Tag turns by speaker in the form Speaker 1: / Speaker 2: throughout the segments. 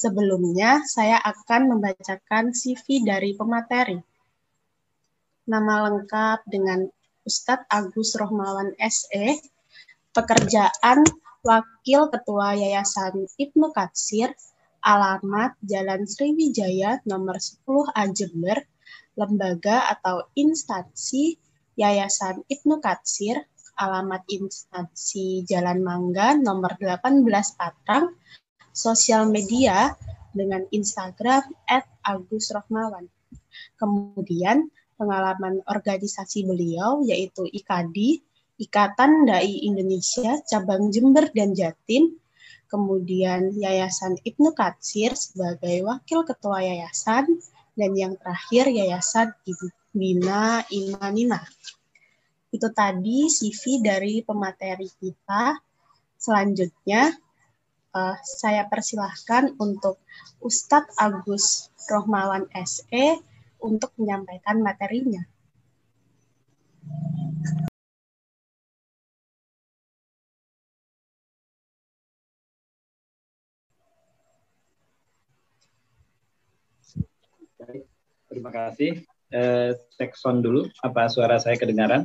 Speaker 1: Sebelumnya, saya akan membacakan CV dari pemateri. Nama lengkap dengan Ustadz Agus Rohmawan SE, pekerjaan Wakil Ketua Yayasan Ibnu Katsir, alamat Jalan Sriwijaya nomor 10A Jember, lembaga atau instansi Yayasan Ibnu Katsir, alamat instansi Jalan Mangga nomor 18 Patrang, sosial media dengan Instagram @agusrohmawan. Kemudian pengalaman organisasi beliau yaitu IKADI, Ikatan Dai Indonesia Cabang Jember dan Jatim, kemudian Yayasan Ibnu Katsir sebagai Wakil Ketua Yayasan, dan yang terakhir Yayasan Bina Imanina. Itu tadi CV dari pemateri kita. Selanjutnya, saya persilahkan untuk Ustadz Agus Rohmawan SE untuk menyampaikan materinya.
Speaker 2: Baik, terima kasih. Cek sound dulu, apa suara saya kedengaran?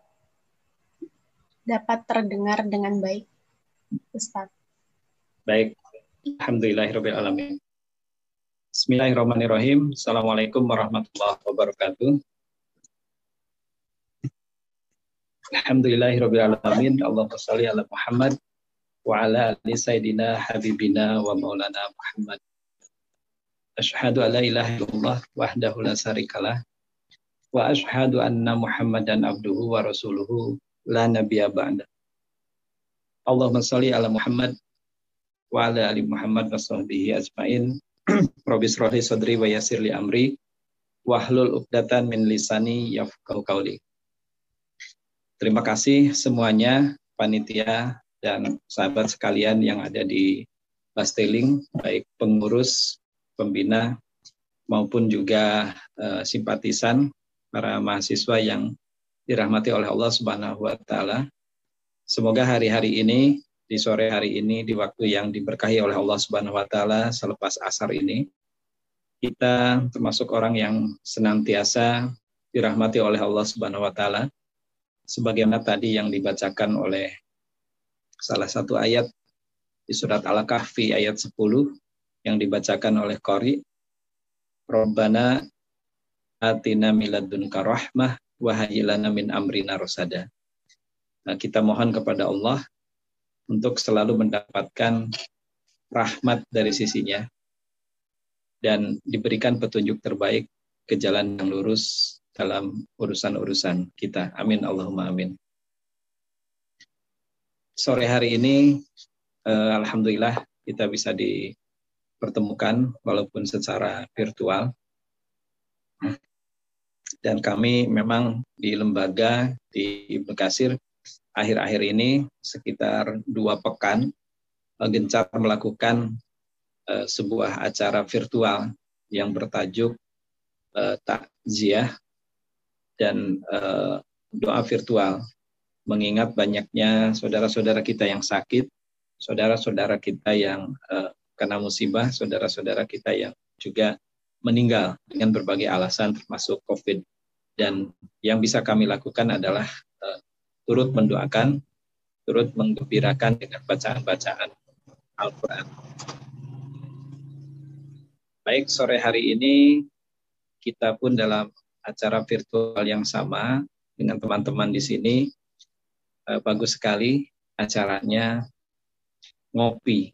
Speaker 1: Dapat terdengar dengan baik, Ustadz.
Speaker 2: Baik, alhamdulillahirrahmanirrahim. Bismillahirrahmanirrahim. Assalamualaikum warahmatullahi wabarakatuh. Alhamdulillahirrahmanirrahim. Allahumma sholli ala Muhammad wa ala ali sayyidina habibina wa maulana Muhammad. Asyhadu an la ilaha illallah wahdahu la syarikalah wa asyhadu anna Muhammadan abduhu wa rasuluhu la nabiyya ba'da. Allahumma sholli ala Muhammad wa ala ali Muhammad wa sahbihi ajmain. Rabbi shrah li sadri wa yassir li amri wahlul 'uqdatam min lisani yafqahu qauli. Terima kasih semuanya, panitia dan sahabat sekalian yang ada di Basteling, baik pengurus, pembina maupun juga simpatisan para mahasiswa yang dirahmati oleh Allah Subhanahu wa taala. Semoga hari-hari ini, di sore hari ini, di waktu yang diberkahi oleh Allah Subhanahu wa taala selepas asar ini, kita termasuk orang yang senantiasa dirahmati oleh Allah Subhanahu wa taala sebagaimana tadi yang dibacakan oleh salah satu ayat di surat Al-Kahfi ayat 10 yang dibacakan oleh Qori, Rabbana atina min ladunka rahmah wa hayyi lana min amrina rasada. Nah, kita mohon kepada Allah untuk selalu mendapatkan rahmat dari sisinya dan diberikan petunjuk terbaik ke jalan yang lurus dalam urusan-urusan kita. Amin Allahumma amin. Sore hari ini alhamdulillah kita bisa dipertemukan walaupun secara virtual. Dan kami memang di lembaga di Ibnu Katsir akhir-akhir ini sekitar 2 pekan gencar melakukan sebuah acara virtual yang bertajuk takziah dan doa virtual, mengingat banyaknya saudara-saudara kita yang sakit, saudara-saudara kita yang kena musibah, saudara-saudara kita yang juga meninggal dengan berbagai alasan termasuk COVID. Dan yang bisa kami lakukan adalah turut mendoakan, turut menggembirakan dengan bacaan-bacaan Al-Quran. Baik, sore hari ini kita pun dalam acara virtual yang sama dengan teman-teman di sini. Bagus sekali acaranya, ngopi.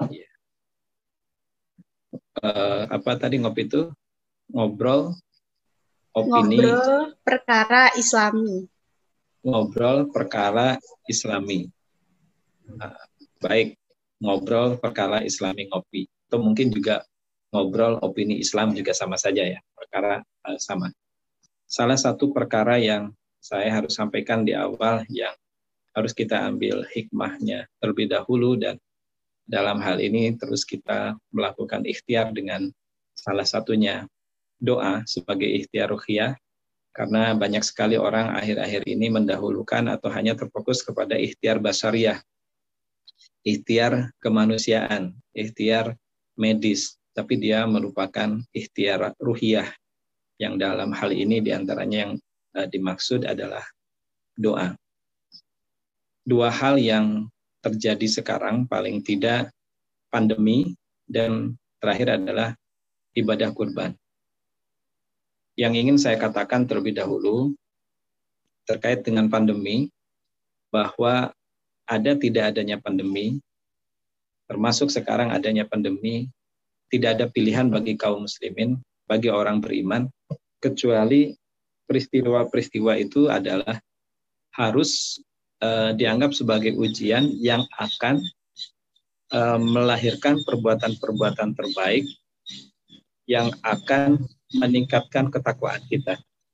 Speaker 2: Apa tadi ngopi itu? Ngobrol, opini.
Speaker 1: Ngobrol perkara Islami.
Speaker 2: Ngobrol perkara Islami. Baik, ngobrol perkara Islami ngopi. Atau mungkin juga ngobrol opini Islam juga sama saja ya, perkara sama. Salah satu perkara yang saya harus sampaikan di awal yang harus kita ambil hikmahnya terlebih dahulu, dan dalam hal ini terus kita melakukan ikhtiar dengan salah satunya doa sebagai ikhtiar ruhiyah, karena banyak sekali orang akhir-akhir ini mendahulukan atau hanya terfokus kepada ikhtiar basariyah, ikhtiar kemanusiaan, ikhtiar medis, tapi dia merupakan ikhtiar ruhiyah, yang dalam hal ini diantaranya yang dimaksud adalah doa. Dua hal yang terjadi sekarang, paling tidak pandemi, dan terakhir adalah ibadah kurban. Yang ingin saya katakan terlebih dahulu terkait dengan pandemi, bahwa tidak adanya pandemi, termasuk sekarang adanya pandemi, tidak ada pilihan bagi kaum muslimin, bagi orang beriman, kecuali peristiwa-peristiwa itu adalah harus dianggap sebagai ujian yang akan melahirkan perbuatan-perbuatan terbaik yang akan meningkatkan ketakwaan kita.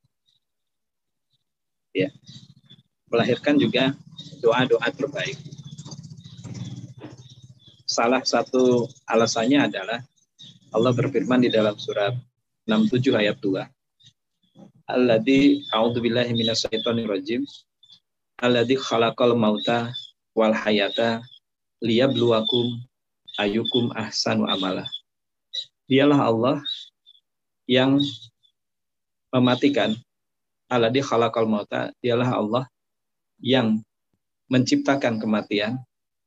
Speaker 2: Ya. Melahirkan juga doa-doa terbaik. Salah satu alasannya adalah Allah berfirman di dalam surat 67 ayat 2. Alladzi a'udzubillahi minasyaitonirrajim. Alladzi khalaqal mauta wal hayata liyabluwakum ayyukum ahsanu amala. Dialah Allah yang mematikan. Alladzi khalaqal mauta, dialah Allah yang menciptakan kematian,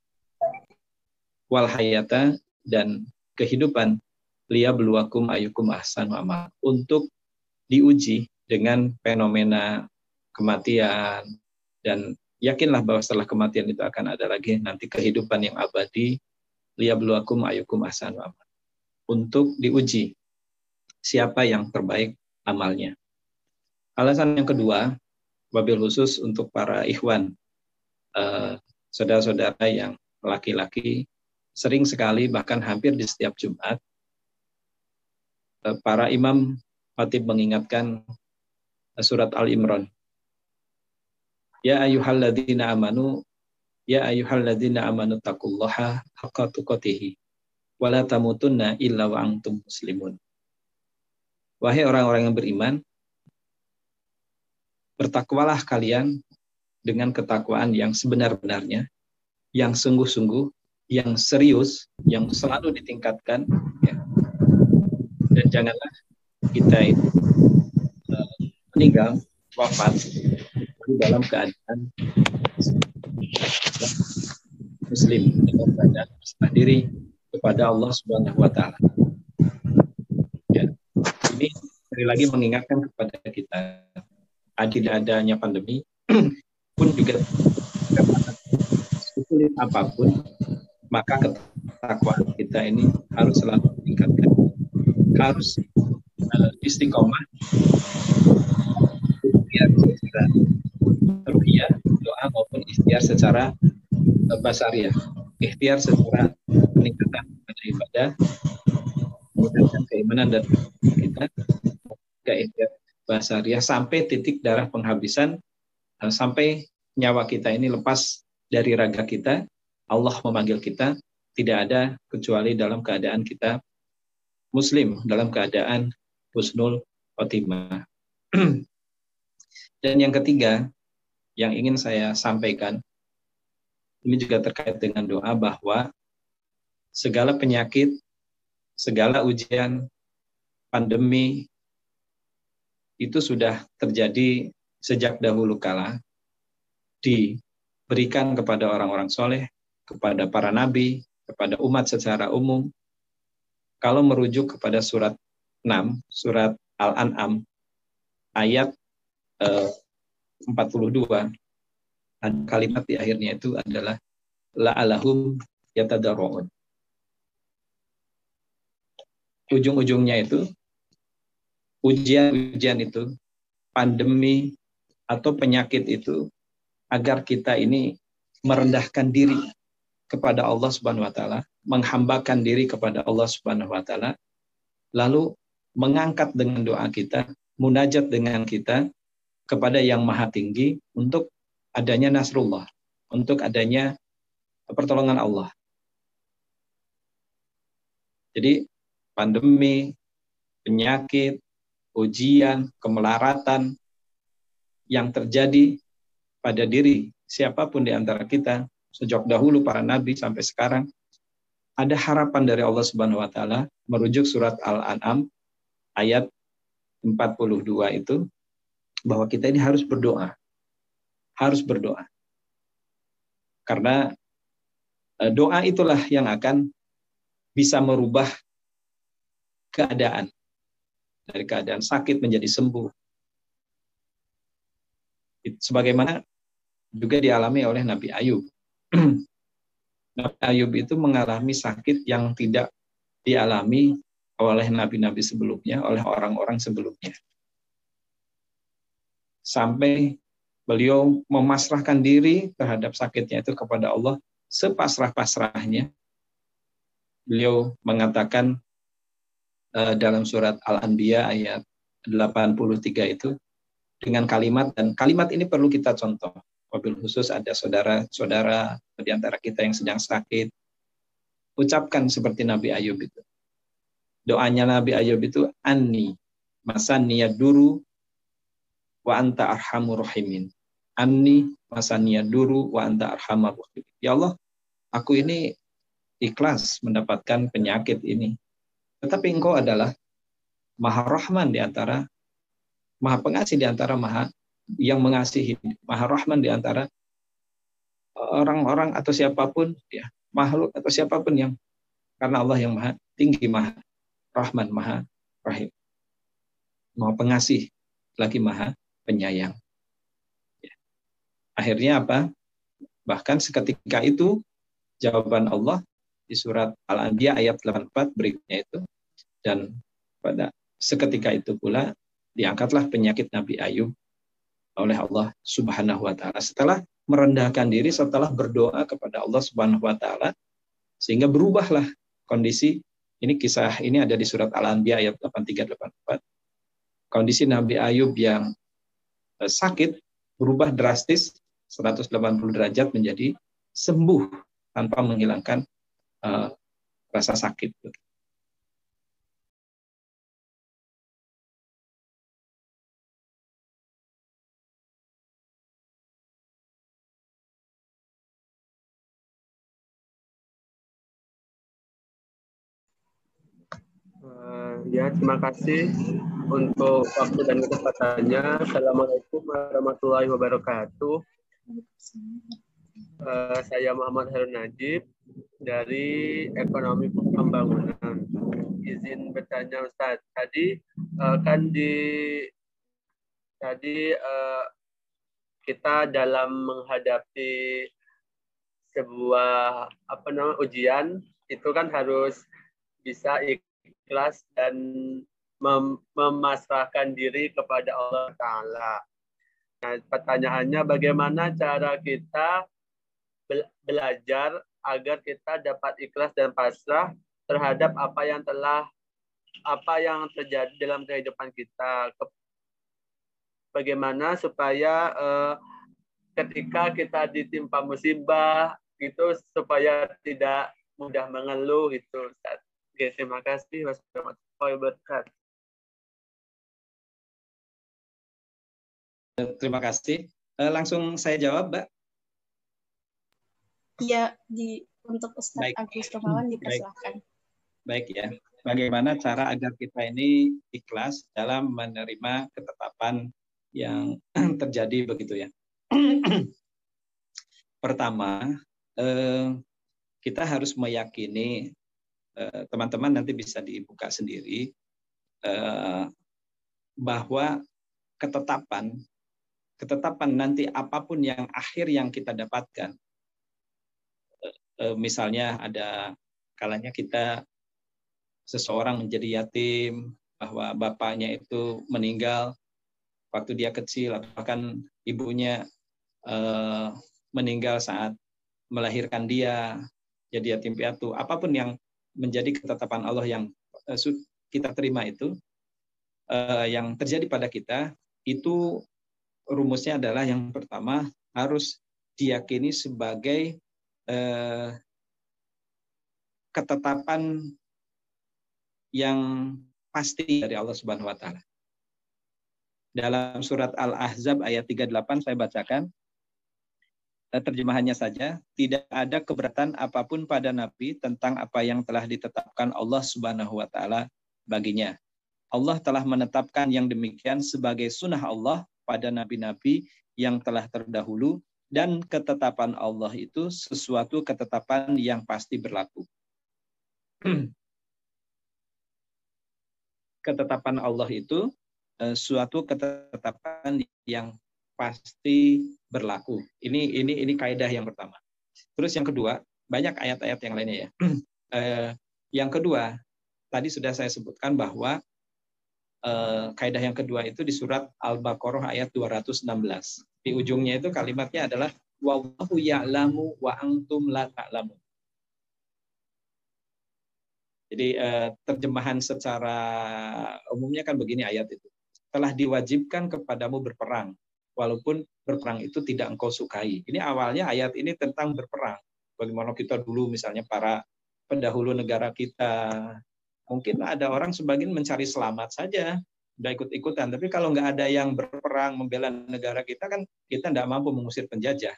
Speaker 2: wal hayata, dan kehidupan, liyabluwakum ayyukum ahsanu amala, untuk diuji dengan fenomena kematian, dan yakinlah bahwa setelah kematian itu akan ada lagi nanti kehidupan yang abadi, liyabluwakum ayyukum ahsanu amala, untuk diuji siapa yang terbaik amalnya. Alasan yang kedua, wabil khusus untuk para ikhwan, saudara-saudara yang laki-laki, sering sekali bahkan hampir di setiap Jumat, para imam khatib mengingatkan surat Al-Imran. Ya ayyuhalladzina amanu, ya ayyuhalladzina amanu taqullaha haqqa tuqatih wa la tamutunna illa wa antum muslimun. Wahai orang-orang yang beriman, bertakwalah kalian dengan ketakwaan yang sebenar-benarnya, yang sungguh-sungguh, yang serius, yang selalu ditingkatkan, ya. Dan janganlah kita itu meninggal, wafat di dalam keadaan muslim, dalam keadaan berserah diri kepada Allah Subhanahu wa Ta'ala. Ya. Ini sekali lagi mengingatkan kepada kita, tidak adanya pandemi pun juga sulit apapun, maka ketakwaan kita ini harus selalu ditingkatkan, harus istiqomah, ikhtiar secara ruhiyah, doa maupun ikhtiar secara basariah, ikhtiar secara peningkatan pada ibadah, meningkatkan keimanan dan kita, ke ikhtiar basariah sampai titik darah penghabisan, sampai nyawa kita ini lepas dari raga kita. Allah memanggil kita, tidak ada kecuali dalam keadaan kita muslim, dalam keadaan husnul khotimah. Dan yang ketiga yang ingin saya sampaikan, ini juga terkait dengan doa, bahwa segala penyakit, segala ujian, pandemi, itu sudah terjadi sejak dahulu kala, diberikan kepada orang-orang soleh, kepada para nabi, kepada umat secara umum. Kalau merujuk kepada surat 6, surat Al-An'am, ayat 42, ada kalimat di akhirnya itu adalah la'alahum yatadarru'un. Ujung-ujungnya itu, ujian-ujian itu, pandemi atau penyakit itu, agar kita ini merendahkan diri kepada Allah Subhanahu wa Ta'ala, menghambakan diri kepada Allah Subhanahu wa Ta'ala, lalu mengangkat dengan doa kita, munajat dengan kita kepada Yang Maha Tinggi untuk adanya nasrullah, untuk adanya pertolongan Allah. Jadi pandemi, penyakit, ujian, kemelaratan yang terjadi pada diri siapapun di antara kita, sejak dahulu para nabi sampai sekarang, ada harapan dari Allah Subhanahu wa taala merujuk surat Al-An'am ayat 42 itu, bahwa kita ini harus berdoa. Harus berdoa. Karena doa itulah yang akan bisa merubah keadaan. Dari keadaan sakit menjadi sembuh. Sebagaimana juga dialami oleh Nabi Ayub. Nabi Ayub itu mengalami sakit yang tidak dialami oleh nabi-nabi sebelumnya, oleh orang-orang sebelumnya. Sampai beliau memasrahkan diri terhadap sakitnya itu kepada Allah sepasrah-pasrahnya. Beliau mengatakan dalam surat Al-Anbiya ayat 83 itu dengan kalimat, dan kalimat ini perlu kita contoh. Wabil khusus ada saudara-saudara di antara kita yang sedang sakit, ucapkan seperti Nabi Ayub itu. Doanya Nabi Ayub itu, Anni masaniya duru wa anta arhamur rahimin. Anni masaniya duru wa anta arhamur rahimin. Ya Allah, aku ini ikhlas mendapatkan penyakit ini. Tetapi Engkau adalah Maha Rahman di antara, Maha Pengasih di antara Maha yang mengasihi, Maha Rahman di antara orang-orang atau siapapun, ya, makhluk atau siapapun yang, karena Allah yang Maha Tinggi, Maha Rahman, Maha Rahim, Maha Pengasih, lagi Maha Penyayang. Ya. Akhirnya apa? Bahkan seketika itu jawaban Allah di surat Al-Anbiya ayat 84 berikutnya itu, dan pada seketika itu pula diangkatlah penyakit Nabi Ayub oleh Allah Subhanahu wa taala setelah merendahkan diri, setelah berdoa kepada Allah Subhanahu wa taala, sehingga berubahlah kondisi. Ini kisah ini ada di surat Al-Anbiya ayat 83-84. Kondisi Nabi Ayub yang sakit berubah drastis 180 derajat menjadi sembuh tanpa menghilangkan rasa sakit.
Speaker 3: Ya, terima kasih untuk waktu dan kesempatannya. Assalamualaikum warahmatullahi wabarakatuh. Saya Muhammad Harun Najib dari Ekonomi Pembangunan. Izin bertanya Ustadz, tadi kita dalam menghadapi sebuah ujian itu kan harus bisa ikhlas dan memasrahkan diri kepada Allah Ta'ala. Nah, pertanyaannya bagaimana cara kita belajar agar kita dapat ikhlas dan pasrah terhadap apa yang terjadi dalam kehidupan kita. Bagaimana supaya ketika kita ditimpa musibah itu supaya tidak mudah mengeluh gitu. Oke, terima kasih. Wassalamualaikum wabarakatuh.
Speaker 2: Terima kasih. Langsung saya jawab, Mbak.
Speaker 1: Iya, untuk Ustadz Agus Rumawan dipersilakan.
Speaker 2: Baik ya. Bagaimana cara agar kita ini ikhlas dalam menerima ketetapan yang terjadi begitu ya. Pertama, kita harus meyakini, teman-teman nanti bisa dibuka sendiri, bahwa ketetapan nanti apapun yang akhir yang kita dapatkan, misalnya ada kalanya kita seseorang menjadi yatim, bahwa bapaknya itu meninggal waktu dia kecil, atau bahkan ibunya meninggal saat melahirkan dia, jadi yatim piatu. Apapun yang menjadi ketetapan Allah yang kita terima itu, yang terjadi pada kita, itu rumusnya adalah yang pertama harus diyakini sebagai ketetapan yang pasti dari Allah Subhanahu wa taala. Dalam surat Al-Ahzab ayat 38 saya bacakan. terjemahannya saja, tidak ada keberatan apapun pada Nabi tentang apa yang telah ditetapkan Allah Subhanahu wa taala baginya. Allah telah menetapkan yang demikian sebagai sunnah Allah pada nabi-nabi yang telah terdahulu, dan ketetapan Allah itu sesuatu ketetapan yang pasti berlaku. Ketetapan Allah itu suatu ketetapan yang pasti berlaku. Ini kaidah yang pertama. Terus yang kedua, banyak ayat-ayat yang lainnya ya. Yang kedua, tadi sudah saya sebutkan bahwa kaidah yang kedua itu di surat Al-Baqarah ayat 216. Di ujungnya itu kalimatnya adalah wallahu ya'lamu wa antum la ta'lamun. Jadi terjemahan secara umumnya kan begini ayat itu. Telah diwajibkan kepadamu berperang, walaupun berperang itu tidak engkau sukai. Ini awalnya ayat ini tentang berperang. Bagaimana kita dulu misalnya para pendahulu negara kita, mungkin ada orang sebagian mencari selamat saja, udah ikut-ikutan. Tapi kalau nggak ada yang berperang membela negara kita, kan kita nggak mampu mengusir penjajah.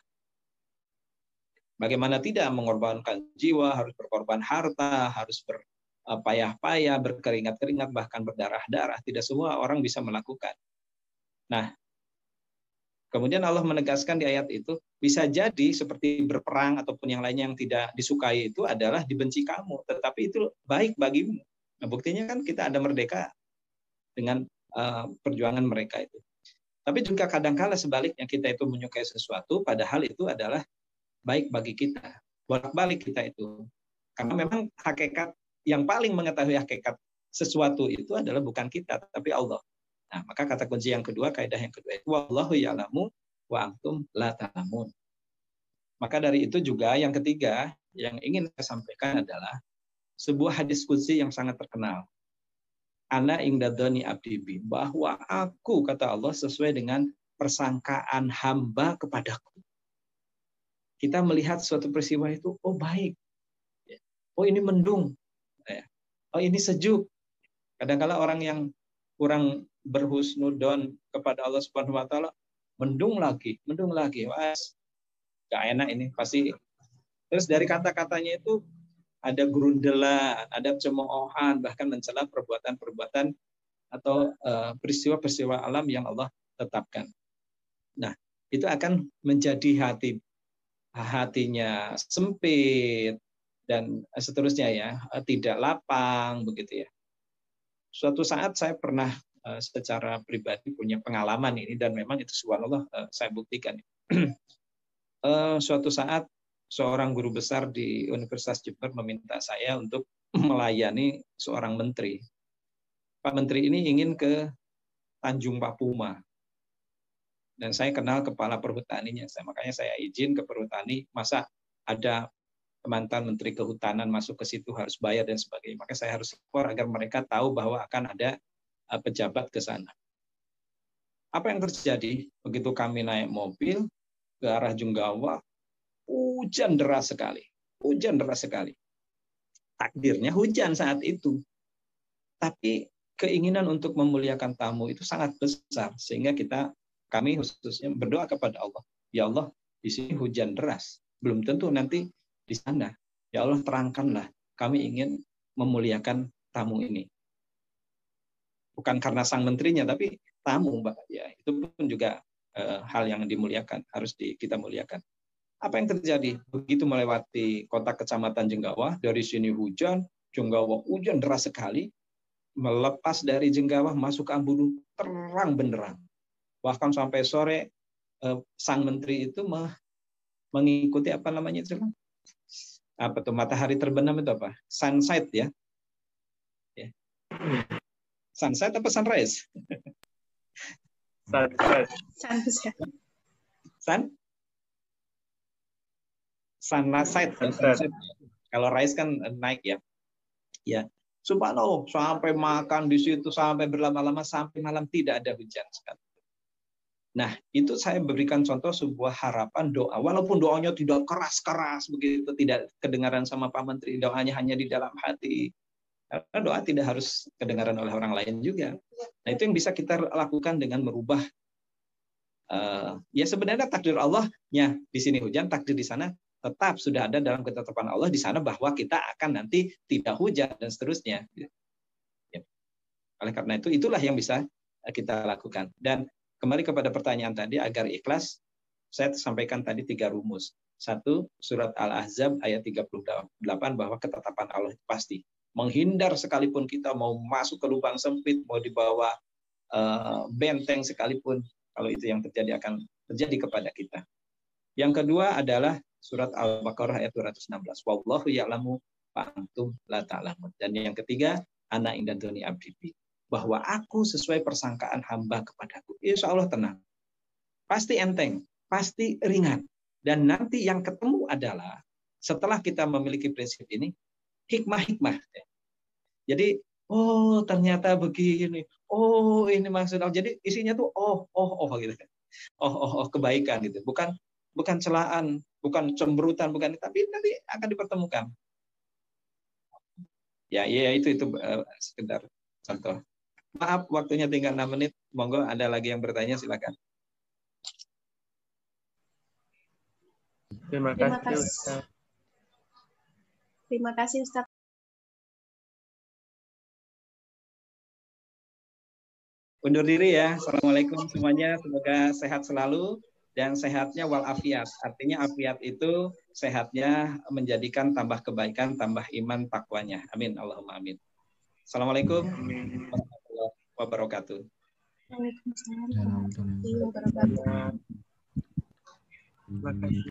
Speaker 2: Bagaimana tidak mengorbankan jiwa, harus berkorban harta, harus berpayah-payah, berkeringat-keringat, bahkan berdarah-darah. Tidak semua orang bisa melakukan. Nah, kemudian Allah menegaskan di ayat itu, bisa jadi seperti berperang ataupun yang lainnya yang tidak disukai itu adalah dibenci kamu, tetapi itu baik bagimu. Nah, buktinya kan kita ada merdeka dengan perjuangan mereka itu. Tapi juga kadang-kala sebaliknya, kita itu menyukai sesuatu, padahal itu adalah baik bagi kita. Bolak-balik kita itu. Karena memang hakikat, yang paling mengetahui hakikat sesuatu itu adalah bukan kita, tapi Allah. Nah, maka kata kunci yang kedua, kaidah yang kedua itu wallahu ya'lamu wa antum la ta'lamun. Maka dari itu juga yang ketiga yang ingin saya sampaikan adalah sebuah hadis qudsi yang sangat terkenal. Ana ingdadani abdi bi, bahwa aku, kata Allah, sesuai dengan persangkaan hamba kepadaku. Kita melihat suatu peristiwa itu, oh baik, oh ini mendung, oh ini sejuk. Kadang-kala orang yang kurang berhusnudon kepada Allah Subhanahu wa taala, mendung lagi, was, gak enak ini pasti. Terus dari kata-katanya itu ada gerundelan, ada cemoohan, bahkan mencela perbuatan-perbuatan atau peristiwa-peristiwa alam yang Allah tetapkan. Nah, itu akan menjadi hatinya sempit dan seterusnya ya, tidak lapang begitu ya. Suatu saat saya pernah secara pribadi punya pengalaman ini, dan memang itu subhanallah saya buktikan. Suatu saat seorang guru besar di Universitas Jember meminta saya untuk melayani seorang menteri. Pak Menteri ini ingin ke Tanjung Papuma. Dan saya kenal kepala perhutaninya, makanya saya izin ke perhutani. Masa ada mantan Menteri Kehutanan masuk ke situ harus bayar dan sebagainya. Maka saya harus lapor agar mereka tahu bahwa akan ada pejabat ke sana. Apa yang terjadi? Begitu kami naik mobil ke arah Junggawa, hujan deras sekali. Hujan deras sekali. Takdirnya hujan saat itu. Tapi keinginan untuk memuliakan tamu itu sangat besar, sehingga kami khususnya berdoa kepada Allah. Ya Allah, di sini hujan deras. Belum tentu nanti di sana. Ya Allah, terangkanlah. Kami ingin memuliakan tamu ini. Bukan karena sang menterinya, tapi tamu, Mbak. Ya, itu pun juga hal yang dimuliakan, harus kita muliakan. Apa yang terjadi? Begitu melewati kota kecamatan Jenggawa, dari sini hujan, Jenggawa hujan deras sekali, melepas dari Jenggawa masuk ke Ambudu, terang benderang. Bahkan sampai sore sang menteri itu mengikuti apa namanya itu? Apa tuh matahari terbenam itu apa? Sunset ya. Sunset apa sunrise?
Speaker 1: Sunset.
Speaker 2: Sunset. Kalau rise kan naik ya. Ya. Subhanallah, sampai makan di situ, sampai berlama-lama, sampai malam tidak ada hujan sekali. Nah, itu saya berikan contoh sebuah harapan doa. Walaupun doanya tidak keras-keras begitu, tidak kedengaran sama Pak Menteri, doanya hanya di dalam hati. Karena doa tidak harus kedengaran oleh orang lain juga. Nah, itu yang bisa kita lakukan dengan merubah. Ya sebenarnya takdir Allah takdirnya di sini hujan, takdir di sana tetap sudah ada dalam ketetapan Allah di sana bahwa kita akan nanti tidak hujan dan seterusnya. Ya. Oleh karena itu, itulah yang bisa kita lakukan. Dan kembali kepada pertanyaan tadi, agar ikhlas, saya sampaikan tadi 3 rumus. 1, surat Al-Ahzab ayat 38 bahwa ketetapan Allah itu pasti. Menghindar sekalipun kita mau masuk ke lubang sempit, mau dibawa benteng sekalipun, kalau itu yang terjadi akan terjadi kepada kita. Yang kedua adalah surat Al-Baqarah ayat 216. Wallahu ya'lamu wa antum la ta'lamun. Dan yang ketiga, ana inda dzoni abdi bi, bahwa aku sesuai persangkaan hamba kepadaku. Insya Allah tenang. Pasti enteng, pasti ringan. Dan nanti yang ketemu adalah setelah kita memiliki prinsip ini, hikmah-hikmah. Jadi, oh ternyata begini. Oh ini maksudnya. Jadi isinya tuh gitu. Kebaikan gitu. Bukan celaan, bukan cemberutan, bukan, tapi nanti akan dipertemukan. Ya itu sekedar contoh. Maaf, waktunya tinggal 6 menit. Monggo ada lagi yang bertanya, silakan.
Speaker 3: Terima kasih Ustaz.
Speaker 1: Terima kasih Ustaz.
Speaker 2: Undur diri ya. Assalamualaikum semuanya. Semoga sehat selalu dan sehatnya walafiat. Artinya afiat itu sehatnya menjadikan tambah kebaikan, tambah iman, takwanya. Amin. Allahumma amin. Assalamualaikum warahmatullahi wabarakatuh.
Speaker 1: Waalaikumsalam warahmatullahi wabarakatuh.
Speaker 3: Terima kasih.